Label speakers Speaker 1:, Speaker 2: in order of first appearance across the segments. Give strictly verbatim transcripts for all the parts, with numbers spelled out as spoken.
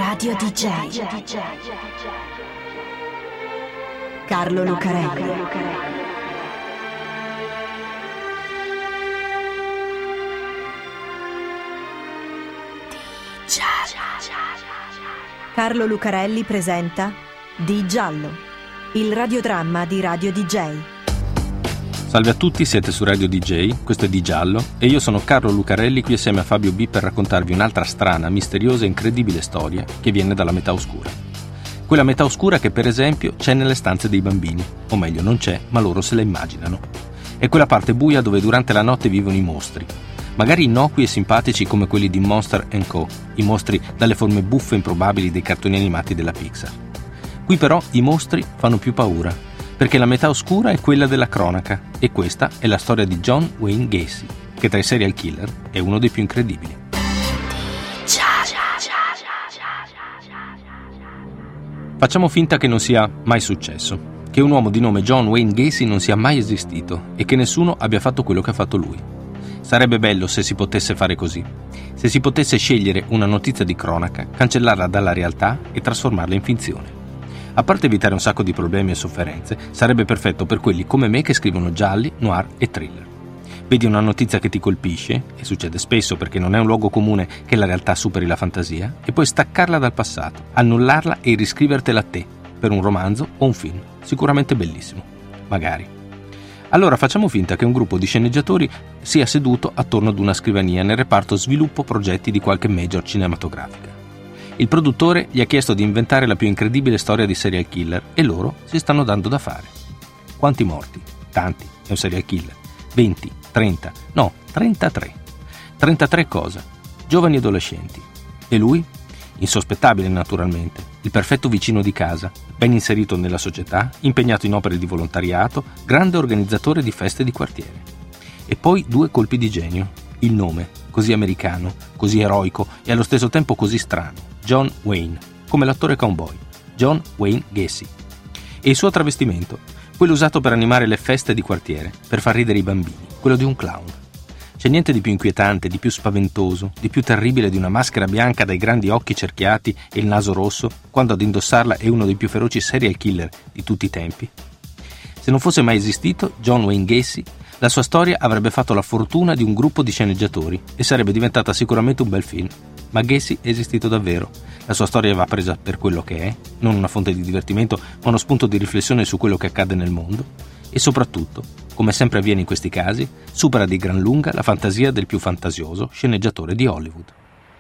Speaker 1: Radio D J Carlo Lucarelli. Carlo Lucarelli presenta Di Giallo, il radiodramma di Radio D J.
Speaker 2: Salve a tutti, siete su Radio D J, questo è Di Giallo e io sono Carlo Lucarelli qui assieme a Fabio B per raccontarvi un'altra strana, misteriosa e incredibile storia che viene dalla metà oscura. Quella metà oscura che per esempio c'è nelle stanze dei bambini, o meglio non c'è, ma loro se la immaginano. È quella parte buia dove durante la notte vivono i mostri, magari innocui e simpatici come quelli di Monster and Co, i mostri dalle forme buffe e improbabili dei cartoni animati della Pixar. Qui però i mostri fanno più paura, perché la metà oscura è quella della cronaca e questa è la storia di John Wayne Gacy, che tra i serial killer è uno dei più incredibili. Facciamo finta che non sia mai successo, che un uomo di nome John Wayne Gacy non sia mai esistito e che nessuno abbia fatto quello che ha fatto lui. Sarebbe bello se si potesse fare così, se si potesse scegliere una notizia di cronaca, cancellarla dalla realtà e trasformarla in finzione. A parte evitare un sacco di problemi e sofferenze, sarebbe perfetto per quelli come me che scrivono gialli, noir e thriller. Vedi una notizia che ti colpisce, e succede spesso perché non è un luogo comune che la realtà superi la fantasia, e puoi staccarla dal passato, annullarla e riscrivertela a te, per un romanzo o un film, sicuramente bellissimo. Magari. Allora facciamo finta che un gruppo di sceneggiatori sia seduto attorno ad una scrivania nel reparto sviluppo progetti di qualche major cinematografica. Il produttore gli ha chiesto di inventare la più incredibile storia di serial killer e loro si stanno dando da fare. Quanti morti? Tanti, è un serial killer. venti, trenta, no, trentatré. trentatré cosa? Giovani adolescenti. E lui? Insospettabile naturalmente, il perfetto vicino di casa, ben inserito nella società, impegnato in opere di volontariato, grande organizzatore di feste di quartiere. E poi due colpi di genio. Il nome, così americano, così eroico e allo stesso tempo così strano. John Wayne, come l'attore cowboy, John Wayne Gacy. E il suo travestimento, quello usato per animare le feste di quartiere, per far ridere i bambini, quello di un clown. C'è niente di più inquietante, di più spaventoso, di più terribile di una maschera bianca dai grandi occhi cerchiati e il naso rosso, quando ad indossarla è uno dei più feroci serial killer di tutti i tempi. Se non fosse mai esistito, John Wayne Gacy, la sua storia avrebbe fatto la fortuna di un gruppo di sceneggiatori e sarebbe diventata sicuramente un bel film. Ma Gacy è esistito davvero. La sua storia va presa per quello che è, non una fonte di divertimento, ma uno spunto di riflessione su quello che accade nel mondo. E soprattutto, come sempre avviene in questi casi, supera di gran lunga la fantasia del più fantasioso sceneggiatore di Hollywood.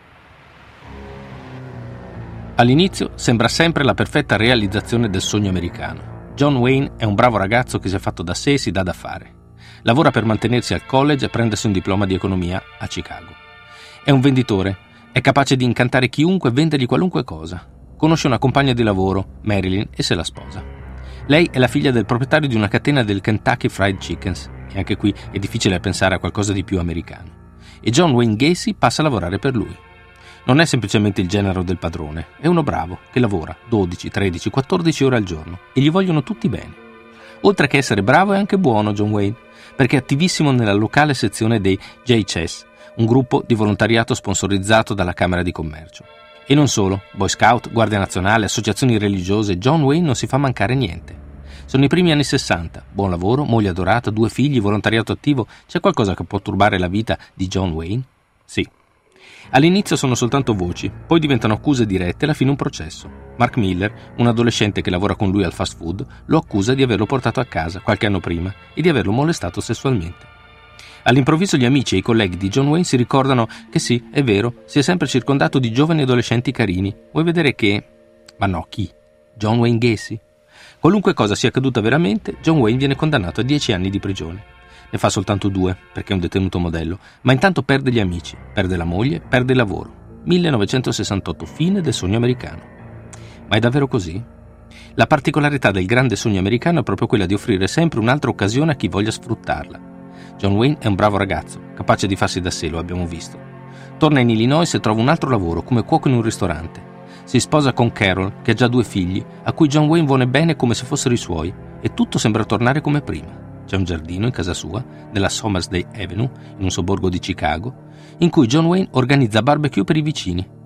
Speaker 2: All'inizio sembra sempre la perfetta realizzazione del sogno americano. John Wayne è un bravo ragazzo che si è fatto da sé e si dà da fare. Lavora per mantenersi al college e prendersi un diploma di economia a Chicago. È un venditore. È capace di incantare chiunque e vendergli qualunque cosa. Conosce una compagna di lavoro, Marilyn, e se la sposa. Lei è la figlia del proprietario di una catena del Kentucky Fried Chickens, e anche qui è difficile pensare a qualcosa di più americano. E John Wayne Gacy passa a lavorare per lui. Non è semplicemente il genero del padrone, è uno bravo che lavora dodici, tredici, quattordici ore al giorno e gli vogliono tutti bene. Oltre che essere bravo è anche buono John Wayne, perché è attivissimo nella locale sezione dei J C E S, un gruppo di volontariato sponsorizzato dalla Camera di Commercio. E non solo, Boy Scout, Guardia Nazionale, associazioni religiose, John Wayne non si fa mancare niente. Sono i primi anni sessanta, buon lavoro, moglie adorata, due figli, volontariato attivo. C'è qualcosa che può turbare la vita di John Wayne? Sì. All'inizio sono soltanto voci, poi diventano accuse dirette e alla fine un processo. Mark Miller, un adolescente che lavora con lui al fast food, lo accusa di averlo portato a casa qualche anno prima e di averlo molestato sessualmente. All'improvviso gli amici e i colleghi di John Wayne si ricordano che sì, è vero, si è sempre circondato di giovani adolescenti carini. Vuoi vedere che... Ma no, chi? John Wayne Gacy? Qualunque cosa sia accaduta veramente, John Wayne viene condannato a dieci anni di prigione. Ne fa soltanto due, perché è un detenuto modello, ma intanto perde gli amici, perde la moglie, perde il lavoro. millenovecentosessantotto, fine del sogno americano. Ma è davvero così? La particolarità del grande sogno americano è proprio quella di offrire sempre un'altra occasione a chi voglia sfruttarla. John Wayne è un bravo ragazzo, capace di farsi da sé, lo abbiamo visto. Torna in Illinois e trova un altro lavoro come cuoco in un ristorante. Si sposa con Carol, che ha già due figli, a cui John Wayne vuole bene come se fossero i suoi, e tutto sembra tornare come prima. C'è un giardino in casa sua, nella Somersday Avenue, in un sobborgo di Chicago, in cui John Wayne organizza barbecue per i vicini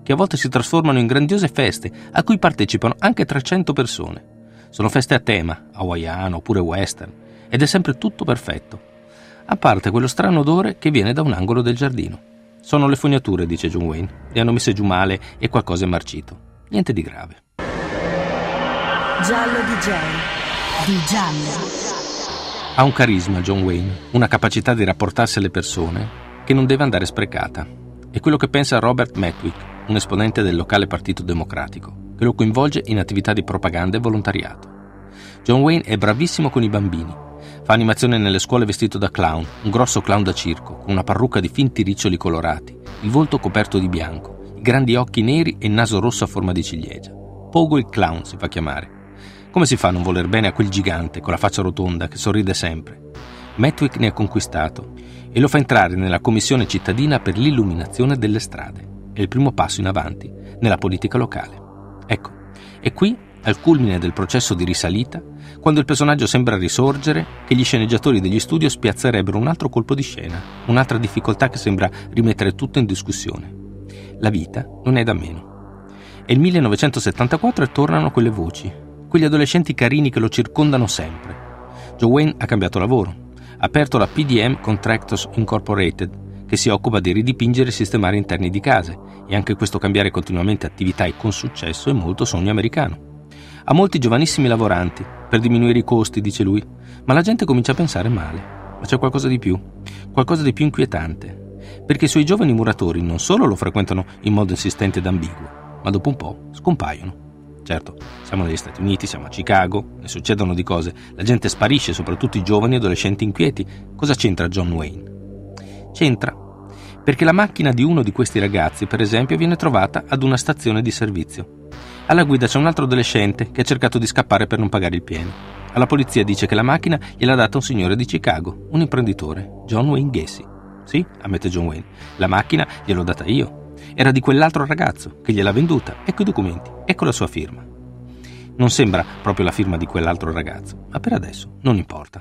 Speaker 2: che a volte si trasformano in grandiose feste a cui partecipano anche trecento persone. Sono feste a tema, hawaiano oppure western, ed è sempre tutto perfetto, a parte quello strano odore che viene da un angolo del giardino. Sono le fognature, dice John Wayne, le hanno messe giù male e qualcosa è marcito. Niente di grave.
Speaker 1: Giallo D J. Di Giallo.
Speaker 2: Ha un carisma John Wayne, una capacità di rapportarsi alle persone che non deve andare sprecata. È quello che pensa Robert Metwick, un esponente del locale Partito Democratico, che lo coinvolge in attività di propaganda e volontariato. John Wayne è bravissimo con i bambini. Fa animazione nelle scuole vestito da clown, un grosso clown da circo, con una parrucca di finti riccioli colorati, il volto coperto di bianco, i grandi occhi neri e il naso rosso a forma di ciliegia. Pogo il clown si fa chiamare. Come si fa a non voler bene a quel gigante con la faccia rotonda che sorride sempre? Metwick ne ha conquistato e lo fa entrare nella commissione cittadina per l'illuminazione delle strade. È il primo passo in avanti nella politica locale. Ecco, è qui, al culmine del processo di risalita, quando il personaggio sembra risorgere, che gli sceneggiatori degli studio spiazzerebbero un altro colpo di scena, un'altra difficoltà che sembra rimettere tutto in discussione. La vita non è da meno. È il millenovecentosettantaquattro e tornano quelle voci, quegli adolescenti carini che lo circondano sempre. John Wayne ha cambiato lavoro, ha aperto la P D M Contractors Incorporated, che si occupa di ridipingere e sistemare interni di case, e anche questo cambiare continuamente attività e con successo è molto sogno americano. Ha molti giovanissimi lavoranti, per diminuire i costi, dice lui, ma la gente comincia a pensare male. Ma c'è qualcosa di più, qualcosa di più inquietante, perché i suoi giovani muratori non solo lo frequentano in modo insistente ed ambiguo, ma dopo un po' scompaiono. Certo, siamo negli Stati Uniti, siamo a Chicago, ne succedono di cose, la gente sparisce, soprattutto i giovani adolescenti inquieti. Cosa c'entra John Wayne? C'entra perché la macchina di uno di questi ragazzi, per esempio, viene trovata ad una stazione di servizio. Alla guida c'è un altro adolescente che ha cercato di scappare per non pagare il pieno. Alla polizia dice che la macchina gliel'ha data un signore di Chicago, un imprenditore, John Wayne Gacy. Sì, ammette John Wayne, la macchina gliel'ho data io. Era di quell'altro ragazzo che gliel'ha venduta. Ecco i documenti, ecco la sua firma. Non sembra proprio la firma di quell'altro ragazzo, ma per adesso non importa.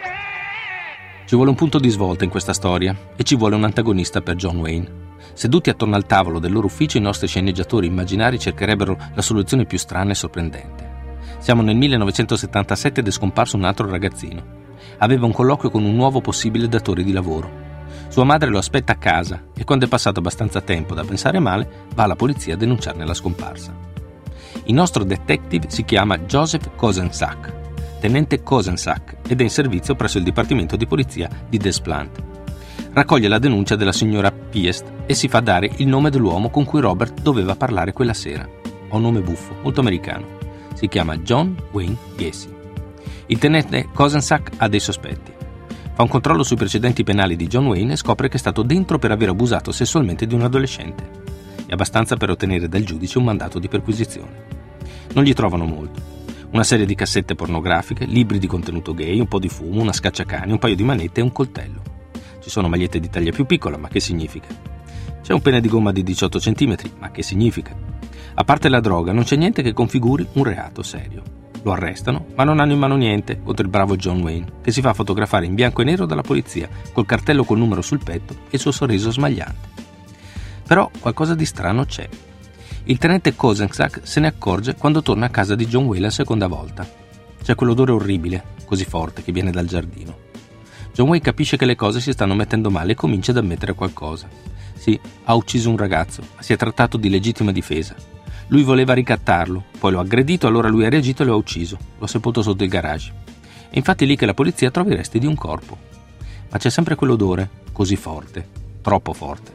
Speaker 2: Ci vuole un punto di svolta in questa storia e ci vuole un antagonista per John Wayne. Seduti attorno al tavolo del loro ufficio, i nostri sceneggiatori immaginari cercherebbero la soluzione più strana e sorprendente. Siamo nel millenovecentosettantasette ed è scomparso un altro ragazzino. Aveva un colloquio con un nuovo possibile datore di lavoro. Sua madre lo aspetta a casa e quando è passato abbastanza tempo da pensare male, va alla polizia a denunciarne la scomparsa. Il nostro detective si chiama Joseph Kozenczak, tenente Kozenczak, ed è in servizio presso il Dipartimento di Polizia di Des Plaines. Raccoglie la denuncia della signora Piest e si fa dare il nome dell'uomo con cui Robert doveva parlare quella sera. Ha un nome buffo, molto americano. Si chiama John Wayne Gacy. Il tenente Kozenczak ha dei sospetti. Fa un controllo sui precedenti penali di John Wayne e scopre che è stato dentro per aver abusato sessualmente di un adolescente. È abbastanza per ottenere dal giudice un mandato di perquisizione. Non gli trovano molto. Una serie di cassette pornografiche, libri di contenuto gay, un po' di fumo, una scacciacani, un paio di manette e un coltello. Ci sono magliette di taglia più piccola, ma che significa? C'è un pene di gomma di diciotto centimetri, ma che significa? A parte la droga, non c'è niente che configuri un reato serio. Lo arrestano, ma non hanno in mano niente contro il bravo John Wayne, che si fa fotografare in bianco e nero dalla polizia, col cartello col numero sul petto e il suo sorriso smagliante. Però qualcosa di strano c'è. Il tenente Kozenczak se ne accorge quando torna a casa di John Wayne la seconda volta. C'è quell'odore orribile, così forte, che viene dal giardino. John Wayne capisce che le cose si stanno mettendo male e comincia ad ammettere qualcosa. Sì, ha ucciso un ragazzo, ma si è trattato di legittima difesa. Lui voleva ricattarlo, poi lo ha aggredito, allora lui ha reagito e lo ha ucciso. Lo ha sepolto sotto il garage. E infatti è lì che la polizia trova i resti di un corpo. Ma c'è sempre quell'odore, così forte, troppo forte.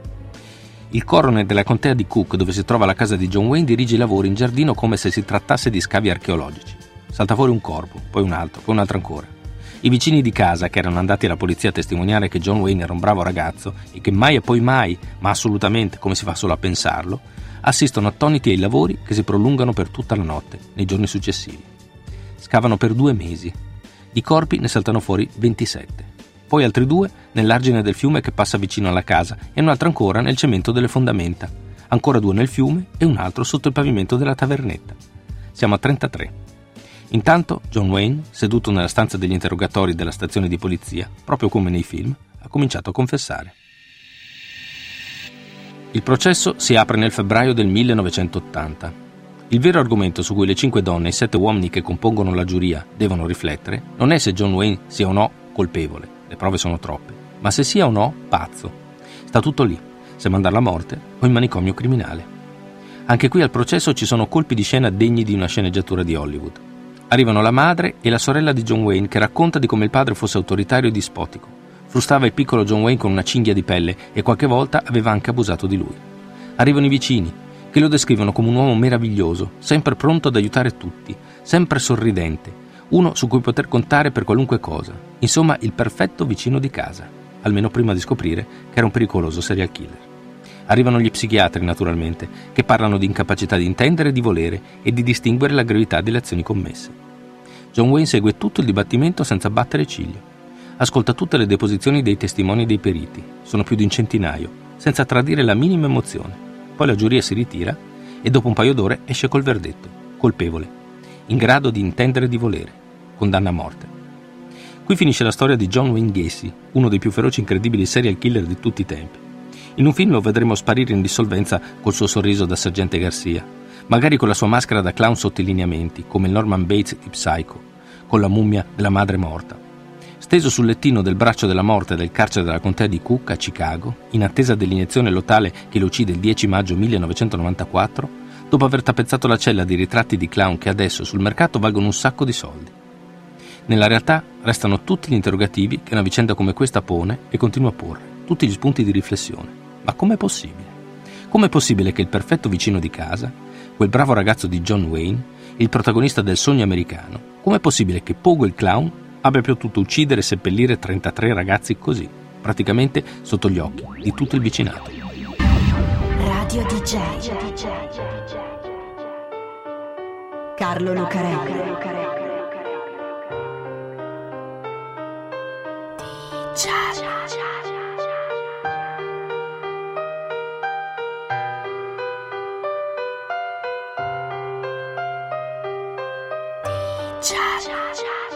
Speaker 2: Il coroner della contea di Cook, dove si trova la casa di John Wayne, dirige i lavori in giardino come se si trattasse di scavi archeologici. Salta fuori un corpo, poi un altro, poi un altro ancora. I vicini di casa, che erano andati alla polizia a testimoniare che John Wayne era un bravo ragazzo e che mai e poi mai, ma assolutamente, come si fa solo a pensarlo, assistono attoniti ai lavori che si prolungano per tutta la notte, nei giorni successivi. Scavano per due mesi. I corpi ne saltano fuori ventisette. Poi altri due nell'argine del fiume che passa vicino alla casa e un altro ancora nel cemento delle fondamenta. Ancora due nel fiume e un altro sotto il pavimento della tavernetta. Siamo a trentatré. Intanto John Wayne, seduto nella stanza degli interrogatori della stazione di polizia, proprio come nei film, ha cominciato a confessare. Il processo si apre nel febbraio del millenovecentottanta. Il vero argomento su cui le cinque donne e i sette uomini che compongono la giuria devono riflettere non è se John Wayne sia o no colpevole, le prove sono troppe, ma se sia o no pazzo. Sta tutto lì, se mandarla a morte o in manicomio criminale. Anche qui al processo ci sono colpi di scena degni di una sceneggiatura di Hollywood. Arrivano la madre e la sorella di John Wayne che racconta di come il padre fosse autoritario e dispotico. Frustava il piccolo John Wayne con una cinghia di pelle e qualche volta aveva anche abusato di lui. Arrivano i vicini, che lo descrivono come un uomo meraviglioso, sempre pronto ad aiutare tutti, sempre sorridente, uno su cui poter contare per qualunque cosa. Insomma, il perfetto vicino di casa, almeno prima di scoprire che era un pericoloso serial killer. Arrivano gli psichiatri, naturalmente, che parlano di incapacità di intendere e di volere e di distinguere la gravità delle azioni commesse. John Wayne segue tutto il dibattimento senza battere ciglio. Ascolta tutte le deposizioni dei testimoni e dei periti, sono più di un centinaio, senza tradire la minima emozione. Poi la giuria si ritira e dopo un paio d'ore esce col verdetto, colpevole, in grado di intendere e di volere, condanna a morte. Qui finisce la storia di John Wayne Gacy, uno dei più feroci e incredibili serial killer di tutti i tempi. In un film lo vedremo sparire in dissolvenza col suo sorriso da sergente Garcia, magari con la sua maschera da clown sotto i lineamenti, come il Norman Bates di Psycho, con la mummia della madre morta. Steso sul lettino del braccio della morte del carcere della contea di Cook a Chicago, in attesa dell'iniezione letale che lo uccide il dieci maggio millenovecentonovantaquattro, dopo aver tappezzato la cella di ritratti di clown che adesso sul mercato valgono un sacco di soldi. Nella realtà restano tutti gli interrogativi che una vicenda come questa pone e continua a porre, tutti gli spunti di riflessione. Ma com'è possibile? Com'è possibile che il perfetto vicino di casa, quel bravo ragazzo di John Wayne, il protagonista del sogno americano, com'è possibile che Pogo il clown abbia potuto uccidere e seppellire trentatré ragazzi così, praticamente sotto gli occhi di tutto il vicinato?
Speaker 1: Radio D J Carlo Lucarelli. D J